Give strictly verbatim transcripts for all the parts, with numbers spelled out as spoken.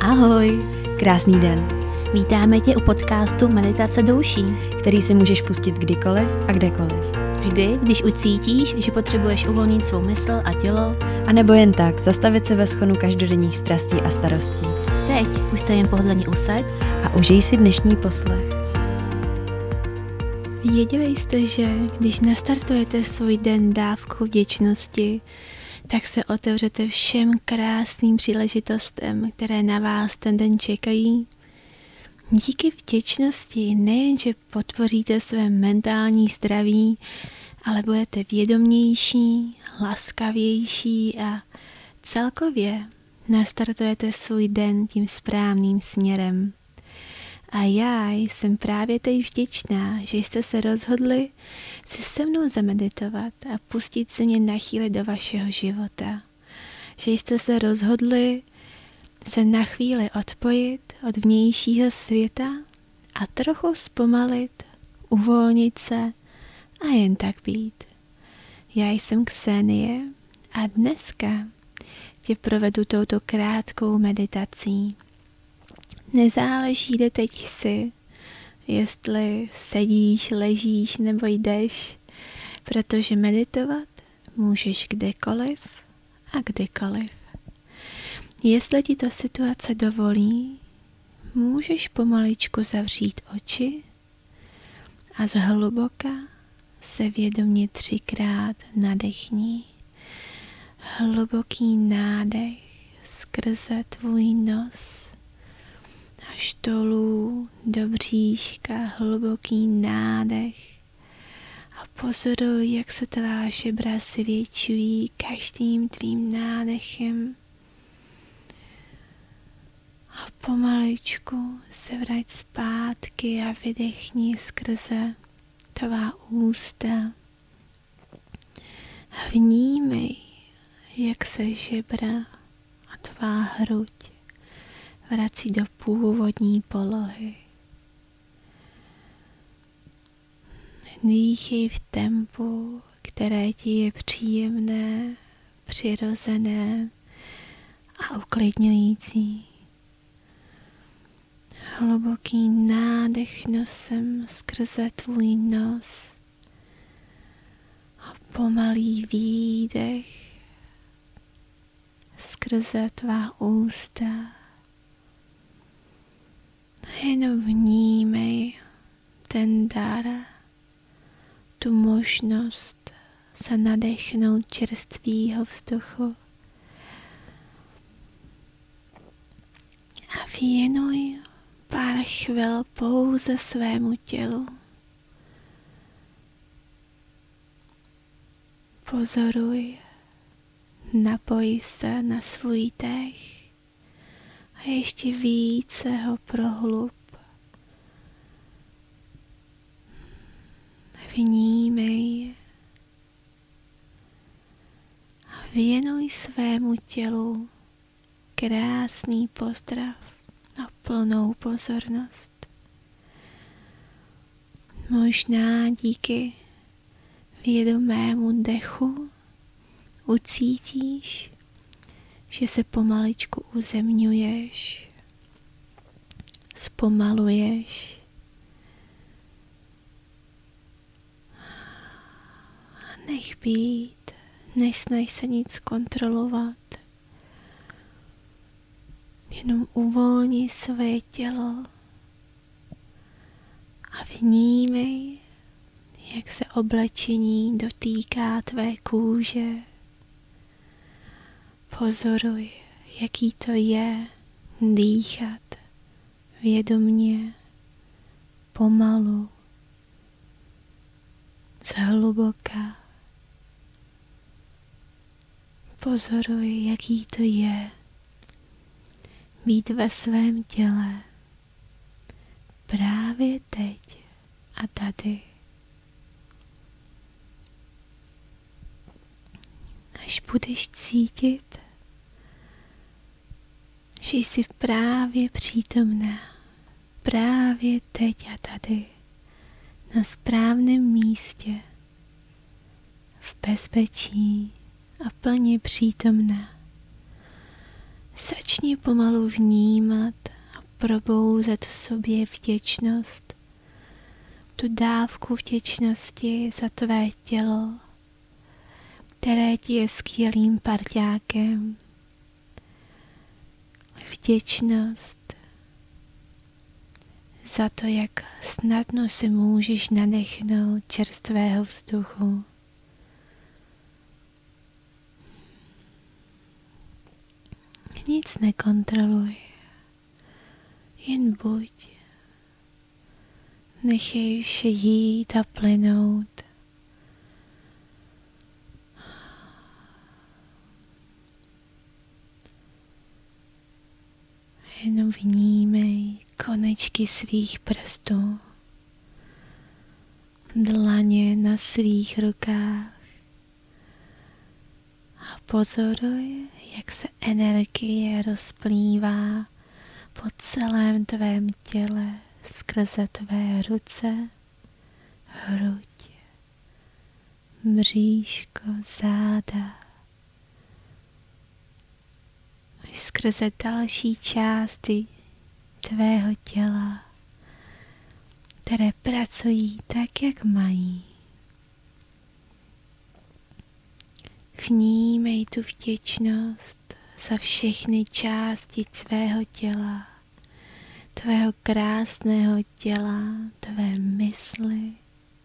Ahoj! Krásný den! Vítáme tě u podcastu Meditace douší, který si můžeš pustit kdykoliv a kdekoliv. Vždy, když ucítíš, že potřebuješ uvolnit svou mysl a tělo, a nebo jen tak zastavit se ve schonu každodenních strastí a starostí. Teď už se jen pohodlně usaď a užij si dnešní poslech. Věděli jste, že když nastartujete svůj den dávkou vděčnosti, tak se otevřete všem krásným příležitostem, které na vás ten den čekají? Díky vděčnosti nejenže podpoříte své mentální zdraví, ale budete vědomější, laskavější a celkově nastartujete svůj den tím správným směrem. A já jsem právě teď vděčná, že jste se rozhodli si se mnou zameditovat a pustit se mě na chvíli do vašeho života. Že jste se rozhodli se na chvíli odpojit od vnějšího světa a trochu zpomalit, uvolnit se a jen tak být. Já jsem Ksenie a dneska tě provedu touto krátkou meditací. Nezáleží, kde teď jsi, jestli sedíš, ležíš nebo jdeš, protože meditovat můžeš kdekoliv a kdykoliv. Jestli ti to situace dovolí, můžeš pomaličku zavřít oči a zhluboka se vědomě třikrát nadechni. Hluboký nádech skrze tvůj nos až dolů do bříška, hluboký nádech a pozoruj, jak se tvá žebra zvětšují každým tvým nádechem. A pomaličku se vrať zpátky a vydechni skrze tvá ústa. Vnímej, jak se žebra a tvá hruď vrací do původní polohy. Dýchej v tempu, které ti je příjemné, přirozené a uklidňující. Hluboký nádech nosem skrze tvůj nos a pomalý výdech skrze tvá ústa. Jenom vnímej ten dar, tu možnost se nadechnout čerstvýho vzduchu a věnuj pár chvil pouze svému tělu. Pozoruj, napoj se na svůj dech a ještě více ho prohlub. Vnímej a věnuj svému tělu krásný pozdrav a plnou pozornost. Možná díky vědomému dechu ucítíš, že se pomaličku uzemňuješ, zpomaluješ a nech být, nesnaž se nic kontrolovat. Jenom uvolni své tělo a vnímej, jak se oblečení dotýká tvé kůže. Pozoruj, jaký to je dýchat vědomně, pomalu, zhluboka. Pozoruj, jaký to je být ve svém těle právě teď a tady. Až budeš cítit, že jsi právě přítomná, právě teď a tady, na správném místě, v bezpečí a plně přítomná. Začni pomalu vnímat a probouzet v sobě vděčnost, tu dávku vděčnosti za tvé tělo, které ti je skvělým parťákem. Vděčnost za to, jak snadno si můžeš nadechnout čerstvého vzduchu. Nic nekontroluj, jen buď. Nechej vše jít a plynout. Jenom vnímej konečky svých prstů, dlaně na svých rukách a pozoruj, jak se energie rozplývá po celém tvém těle skrze tvé ruce, hruď, bříško, záda, skrze další části tvého těla, které pracují tak, jak mají. Vnímej tu vděčnost za všechny části tvého těla, tvého krásného těla, tvé mysli.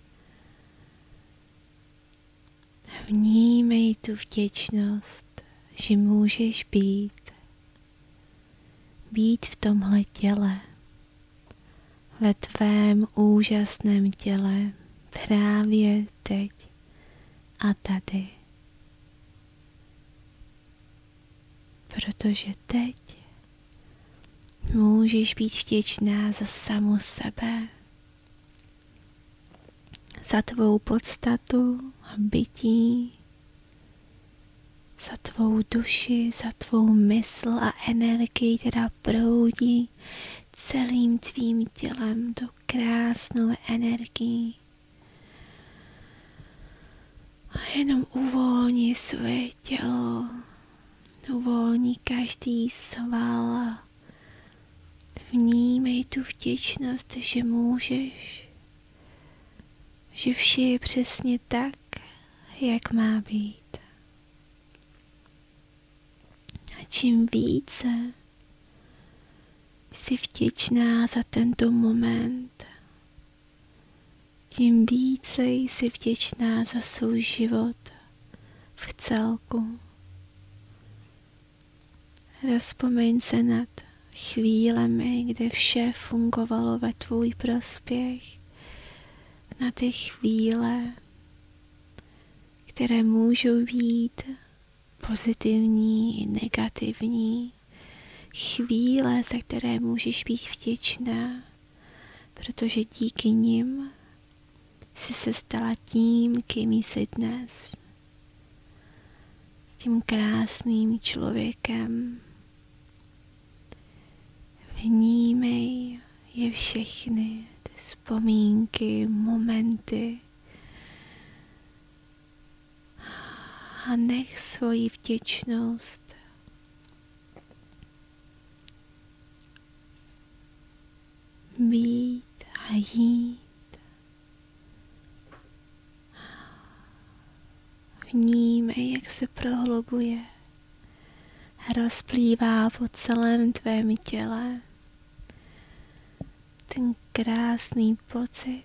Vnímej tu vděčnost, že můžeš být. Být v tomhle těle, ve tvém úžasném těle, právě teď a tady. Protože teď můžeš být vděčná za samu sebe, za tvou podstatu a bytí, za tvou duši, za tvou mysl a energii, která proudí celým tvým tělem do krásnou energii. A jenom uvolni své tělo, uvolni každý sval. Vnímej tu vděčnost, že můžeš, že vše je přesně tak, jak má být. A čím více jsi vděčná za tento moment, tím více jsi vděčná za svůj život v celku. Rozpomeň se nad chvílemi, kde vše fungovalo ve tvůj prospěch, na ty chvíle, které můžou být pozitivní i negativní, chvíle, za které můžeš být vděčná, protože díky nim jsi se stala tím, kým jsi dnes. Tím krásným člověkem. Vnímej je všechny, ty vzpomínky, momenty a nech svoji vděčnost být a jít. Vnímej, jak se prohlubuje a rozplývá po celém tvém těle ten krásný pocit.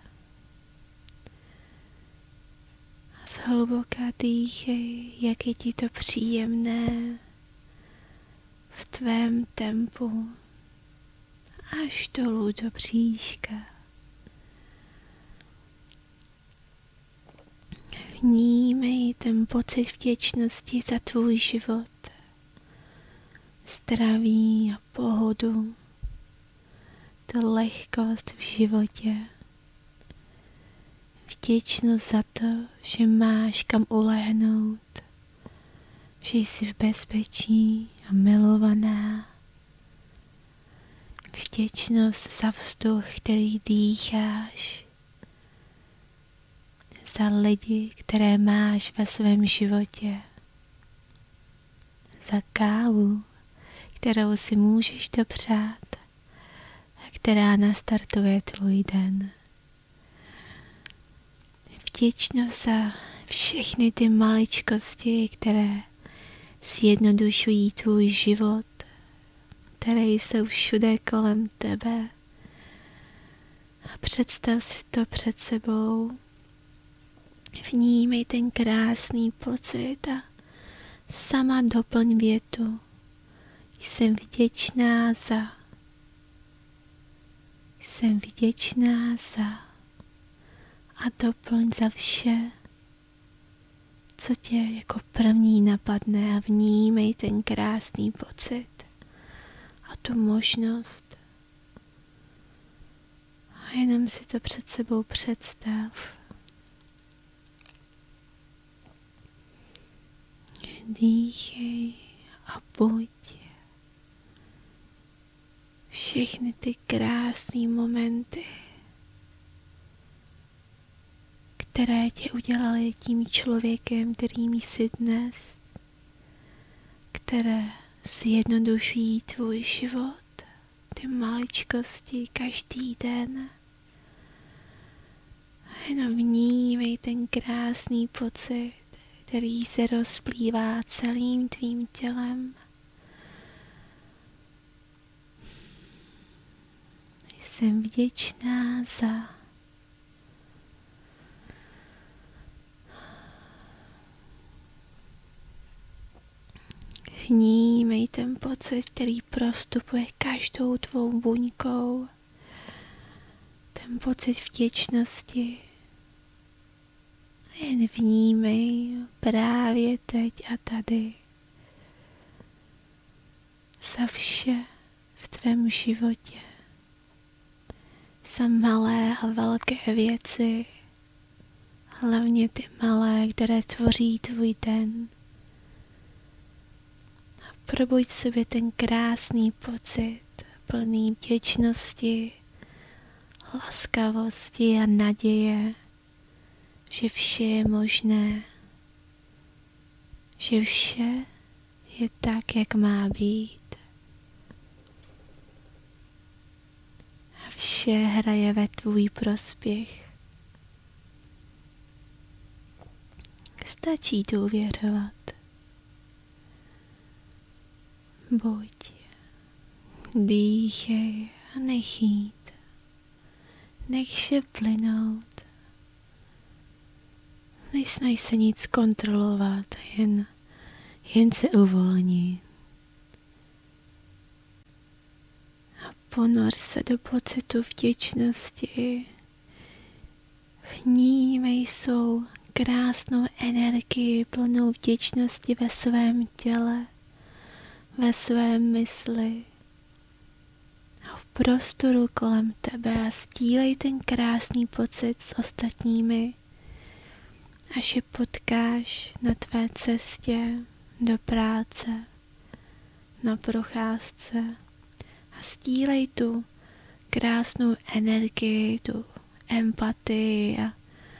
A zhluboka dýchej, jak je ti to příjemné v tvém tempu až dolů do bříška. Vnímej ten pocit vděčnosti za tvůj život, zdraví a pohodu, tu lehkost v životě. Vděčnost za to, že máš kam ulehnout, že jsi v bezpečí a milovaná. Vděčnost za vzduch, který dýcháš, za lidi, které máš ve svém životě, za kávu, kterou si můžeš dopřát a která nastartuje tvůj den. Vděčnost za všechny ty maličkosti, které zjednodušují tvůj život, které jsou všude kolem tebe. A představ si to před sebou. Vnímej ten krásný pocit a sama doplň větu. Jsem vděčná za. Jsem vděčná za. A doplň za vše, co tě jako první napadne, a vnímej ten krásný pocit a tu možnost. A jenom si to před sebou představ. Dýchej a buď. Všechny ty krásné momenty, které tě udělaly tím člověkem, kterým jsi dnes, které zjednodušují tvůj život, ty maličkosti každý den. A jenom vnímej ten krásný pocit, který se rozplývá celým tvým tělem. Jsem vděčná za. Vnímej ten pocit, který prostupuje každou tvou buňkou. Ten pocit vděčnosti. Jen vnímej právě teď a tady za vše v tvém životě. Za malé a velké věci, hlavně ty malé, které tvoří tvůj den. A probuď sobě ten krásný pocit, plný vděčnosti, laskavosti a naděje, že vše je možné, že vše je tak, jak má být. A vše hraje ve tvůj prospěch. Stačí důvěřovat. Buď, dýchej a nech jít. Nech vše plynout. Nesnaž se nic kontrolovat, jen, jen se uvolni. A ponor se do pocitu vděčnosti. Vnímej svou krásnou energii, plnou vděčnosti ve svém těle, ve svém mysli a v prostoru kolem tebe a sdílej ten krásný pocit s ostatními, až je potkáš na tvé cestě do práce, na procházce, a sdílej tu krásnou energii, tu empatii a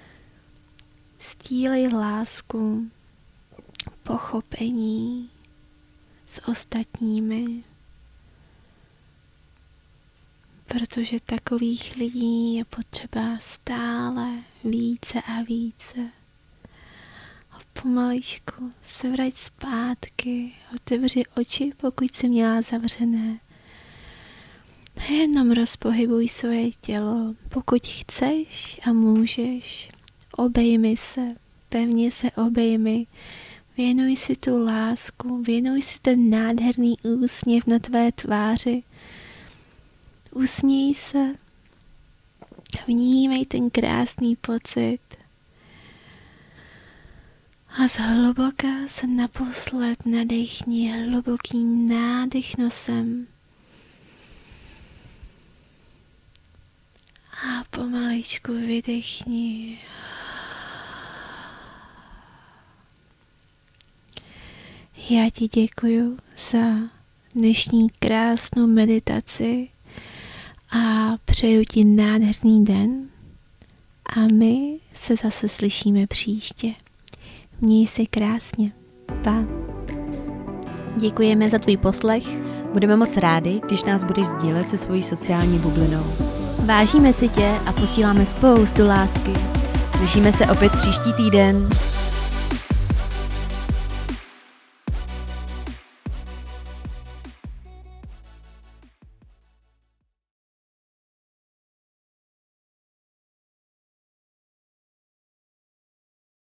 sdílej lásku, pochopení s ostatními, protože takových lidí je potřeba stále více a více. A pomaličku se vrať zpátky, otevři oči, pokud jsi měla zavřené. Nejenom rozpohybuj svoje tělo, pokud chceš a můžeš, obejmi se, pevně se obejmi, věnuj si tu lásku, věnuj si ten nádherný úsměv na tvé tváři. Usměj se, vnímej ten krásný pocit a zhluboka se naposled nadechni hluboký nádech nosem a pomaličku vydechni. Já ti děkuju za dnešní krásnou meditaci a přeju ti nádherný den a my se zase slyšíme příště. Měj se krásně. Pa. Děkujeme za tvůj poslech. Budeme moc rádi, když nás budeš sdílet se svojí sociální bublinou. Vážíme si tě a posíláme spoustu lásky. Slyšíme se opět příští týden.